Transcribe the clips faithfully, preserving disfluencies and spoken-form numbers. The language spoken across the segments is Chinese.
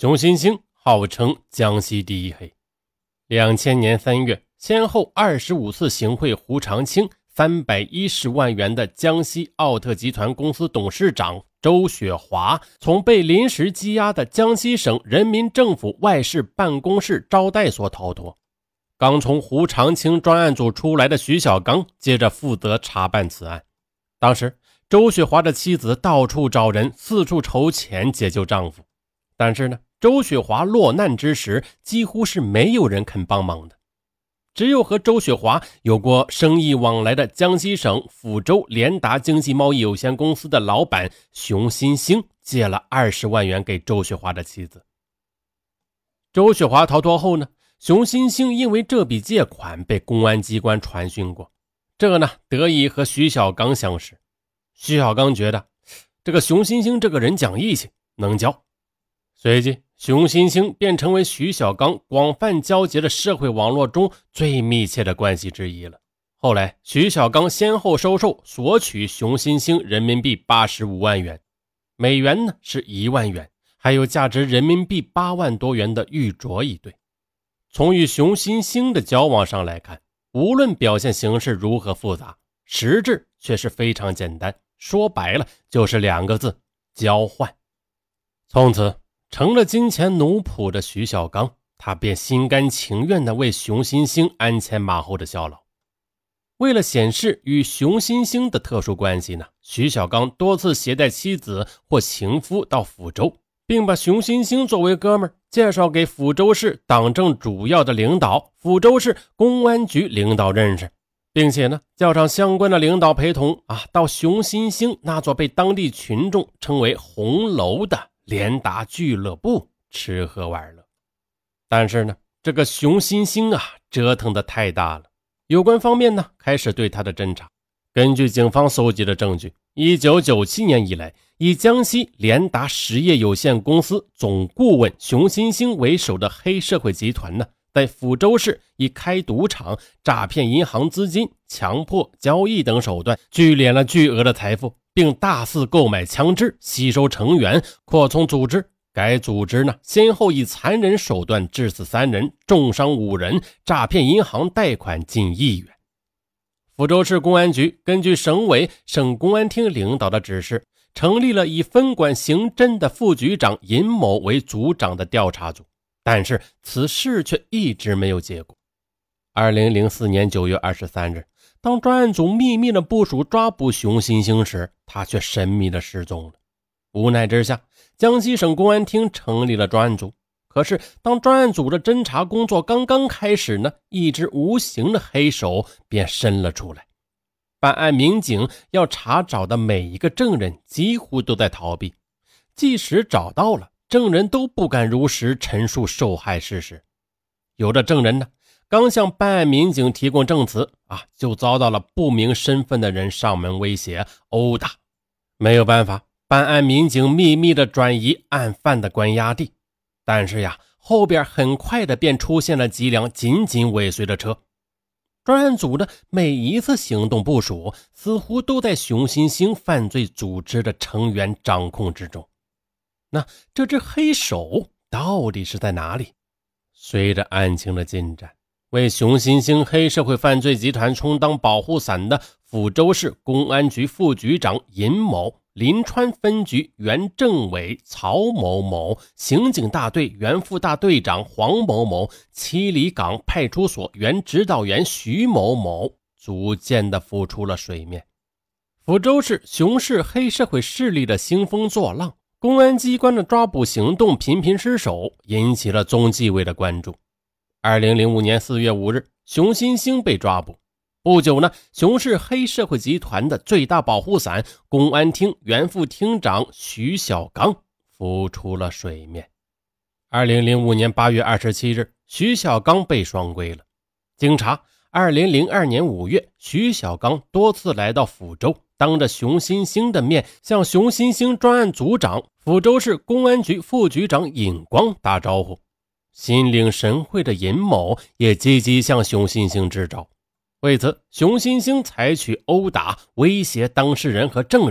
熊新兴号称江西第一黑。两千年三月，先后二十五次行贿胡长清三百一十万元的江西奥特集团公司董事长周雪华，从被临时羁押的江西省人民政府外事办公室招待所逃脱。刚从胡长清专案组出来的徐小刚接着负责查办此案。当时周雪华的妻子到处找人，四处筹钱解救丈夫，但是呢，周雪华落难之时几乎是没有人肯帮忙的。只有和周雪华有过生意往来的江西省抚州联达经济贸易有限公司的老板熊新兴借了二十万元给周雪华的妻子。周雪华逃脱后呢，熊新兴因为这笔借款被公安机关传讯过，这呢得以和徐小刚相识。徐小刚觉得这个熊新兴这个人讲义气，能交。随即熊新兴便成为徐小刚广泛交结的社会网络中最密切的关系之一了。后来徐小刚先后收受索取熊新兴人民币八十五万元，美元呢是一万元，还有价值人民币八万多元的玉镯一对。从与熊新兴的交往上来看，无论表现形式如何复杂，实质却是非常简单，说白了就是两个字：交换。从此成了金钱奴仆的徐小刚，他便心甘情愿地为熊新兴鞍前马后的效劳。为了显示与熊新兴的特殊关系呢，徐小刚多次携带妻子或情夫到抚州，并把熊新兴作为哥们儿介绍给抚州市党政主要的领导、抚州市公安局领导认识，并且呢叫上相关的领导陪同啊，到熊新兴那座被当地群众称为红楼的联达俱乐部吃喝玩乐。但是呢，这个熊新兴啊折腾得太大了，有关方面呢开始对他的侦查。根据警方搜集的证据，一九九七年以来，以江西联达实业有限公司总顾问熊新兴为首的黑社会集团呢，在抚州市以开赌场、诈骗银行资金、强迫交易等手段聚敛了巨额的财富，并大肆购买枪支，吸收成员，扩充组织。该组织呢，先后以残忍手段致死三人，重伤五人，诈骗银行贷款近亿元。抚州市公安局根据省委、省公安厅领导的指示，成立了以分管刑侦的副局长尹某为组长的调查组，但是此事却一直没有结果。二零零四年九月二十三日，当专案组秘密的部署抓捕熊新兴时，他却神秘的失踪了。无奈之下，江西省公安厅成立了专案组。可是当专案组的侦查工作刚刚开始呢，一只无形的黑手便伸了出来。办案民警要查找的每一个证人几乎都在逃避，即使找到了，证人都不敢如实陈述受害事实。有的证人呢，刚向办案民警提供证词啊，就遭到了不明身份的人上门威胁、殴打。没有办法，办案民警秘密地转移案犯的关押地。但是呀，后边很快的便出现了几辆紧紧尾随的车。专案组的每一次行动部署似乎都在熊新兴犯罪组织的成员掌控之中。那这只黑手到底是在哪里？随着案情的进展，为熊新兴黑社会犯罪集团充当保护伞的抚州市公安局副局长尹某、临川分局原政委曹某某、刑警大队原副大队长黄某某、七里岗派出所原指导员徐某某逐渐地浮出了水面。抚州市熊市黑社会势力的兴风作浪，公安机关的抓捕行动频频失手，引起了中纪委的关注。二零零五年四月五日，熊新兴被抓捕。不久呢，熊市黑社会集团的最大保护伞公安厅原副厅长徐小刚浮出了水面。二零零五年八月二十七日，徐小刚被双规了。经查，二零零二年五月，徐小刚多次来到抚州，当着熊新兴的面向熊新兴专案组长、抚州市公安局副局长尹光打招呼。心领神会的尹某也积极向熊新兴支招。为此，熊新兴采取殴打、威胁当事人和证人，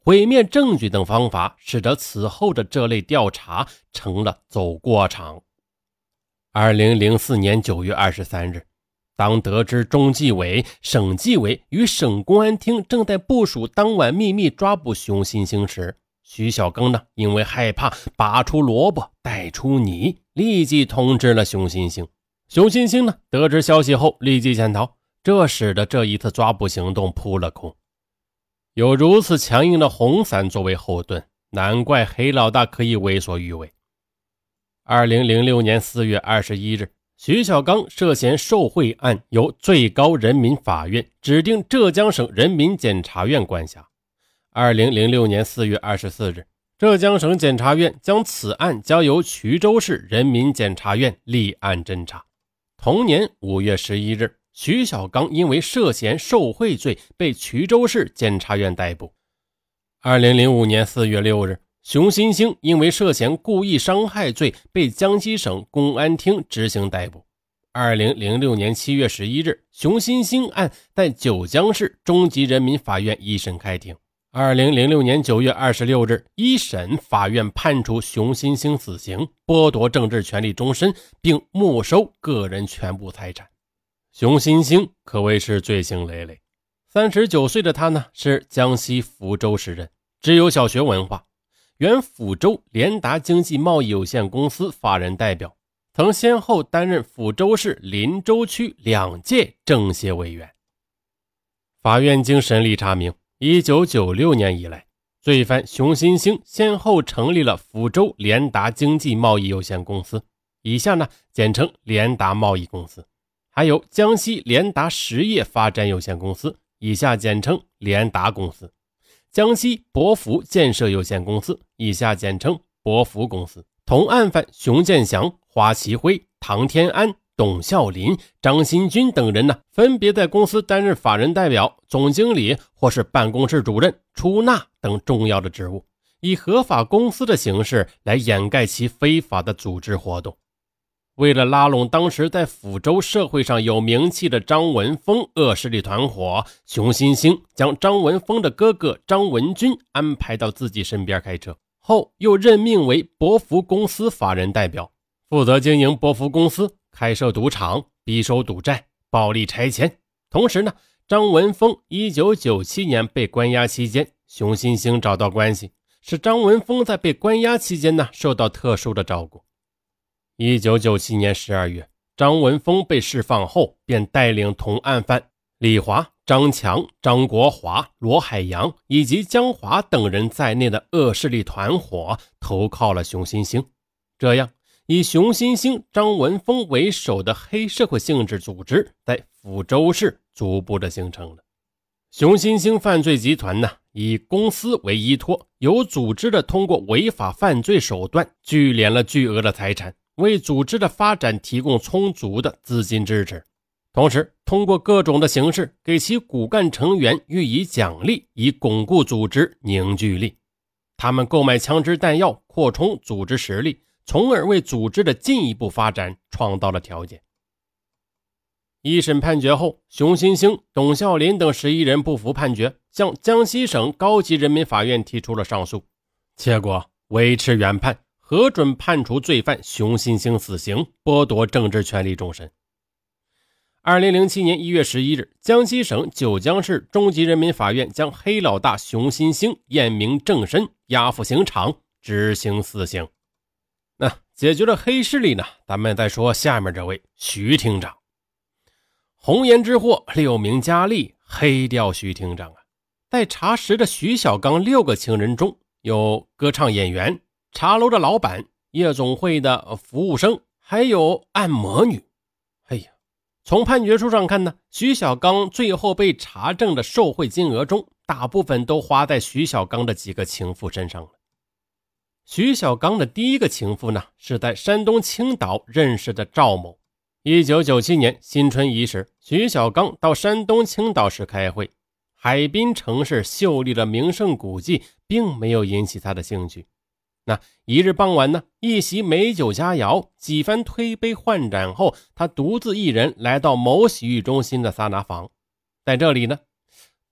毁灭证据等方法，使得此后的这类调查成了走过场。二零零四年九月二十三日，当得知中纪委、省纪委与省公安厅正在部署当晚秘密抓捕熊新兴时，徐小刚呢，因为害怕拔出萝卜带出泥，立即通知了熊新兴。熊新兴呢，得知消息后立即潜逃，这使得这一次抓捕行动扑了空。有如此强硬的红伞作为后盾，难怪黑老大可以为所欲为。二零零六年四月二十一日，徐小刚涉嫌受贿案由最高人民法院指定浙江省人民检察院管辖。二零零六年四月二十四日，浙江省检察院将此案交由衢州市人民检察院立案侦查。同年五月十一日，徐小刚因为涉嫌受贿罪被衢州市检察院逮捕。二零零五年四月六日，熊新兴因为涉嫌故意伤害罪被江西省公安厅执行逮捕。二零零六年七月十一日，熊新兴案在九江市中级人民法院一审开庭。二零零六年九月二十六日，一审法院判处熊新兴死刑，剥夺政治权利终身，并没收个人全部财产。熊新兴可谓是罪行累累。三十九岁的他呢，是江西福州市人，只有小学文化，原福州联达经济贸易有限公司法人代表，曾先后担任福州市林州区两届政协委员。法院经审理查明，一九九六年以来，罪犯熊新兴先后成立了福州联达经济贸易有限公司，以下呢简称联达贸易公司，还有江西联达实业发展有限公司，以下简称联达公司，江西博福建设有限公司，以下简称博福公司。同案犯熊建祥、华其辉、唐天安、董孝林、张新军等人呢，分别在公司担任法人代表、总经理或是办公室主任、出纳等重要的职务，以合法公司的形式来掩盖其非法的组织活动。为了拉拢当时在福州社会上有名气的张文峰恶势力团伙，熊新兴将张文峰的哥哥张文军安排到自己身边开车，后又任命为博福公司法人代表，负责经营博福公司，开设赌场，逼收赌债，暴力拆迁。同时呢，张文峰一九九七年被关押期间，熊新兴找到关系，使张文峰在被关押期间呢受到特殊的照顾。一九九七年十二月，张文峰被释放后，便带领同案犯李华、张强、张国华、罗海洋以及江华等人在内的恶势力团伙投靠了熊新兴。这样，以熊新兴、张文峰为首的黑社会性质组织在福州市逐步的形成了。熊新兴犯罪集团呢，以公司为依托，有组织的通过违法犯罪手段聚敛了巨额的财产，为组织的发展提供充足的资金支持，同时通过各种的形式给其骨干成员予以奖励，以巩固组织凝聚力。他们购买枪支弹药，扩充组织实力，从而为组织的进一步发展创造了条件。一审判决后，熊新兴、董孝林等十一人不服判决，向江西省高级人民法院提出了上诉，结果维持原判，核准判处罪犯熊新兴死刑，剥夺政治权利终身。二零零七年一月十一日，江西省九江市中级人民法院将黑老大熊新兴验明正身，押赴刑场执行死刑。那解决了黑势力呢，咱们再说下面这位徐厅长。红颜之祸，六名佳丽，黑掉徐厅长啊！在查实的徐小刚六个情人中，有歌唱演员、茶楼的老板、夜总会的服务生，还有按摩女。哎呀，从判决书上看呢，徐小刚最后被查证的受贿金额中，大部分都花在徐小刚的几个情妇身上了。徐小刚的第一个情妇呢，是在山东青岛认识的赵某。一九九七年新春伊始，徐小刚到山东青岛市开会，海滨城市秀丽的名胜古迹并没有引起他的兴趣。那一日傍晚呢，一席美酒佳肴，几番推杯换盏后，他独自一人来到某洗浴中心的桑拿房。在这里呢，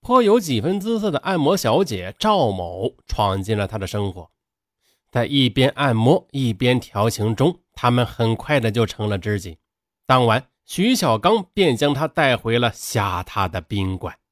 颇有几分姿色的按摩小姐赵某闯进了他的生活。在一边按摩一边调情中，他们很快的就成了知己。当晚，徐小刚便将她带回了下榻的宾馆。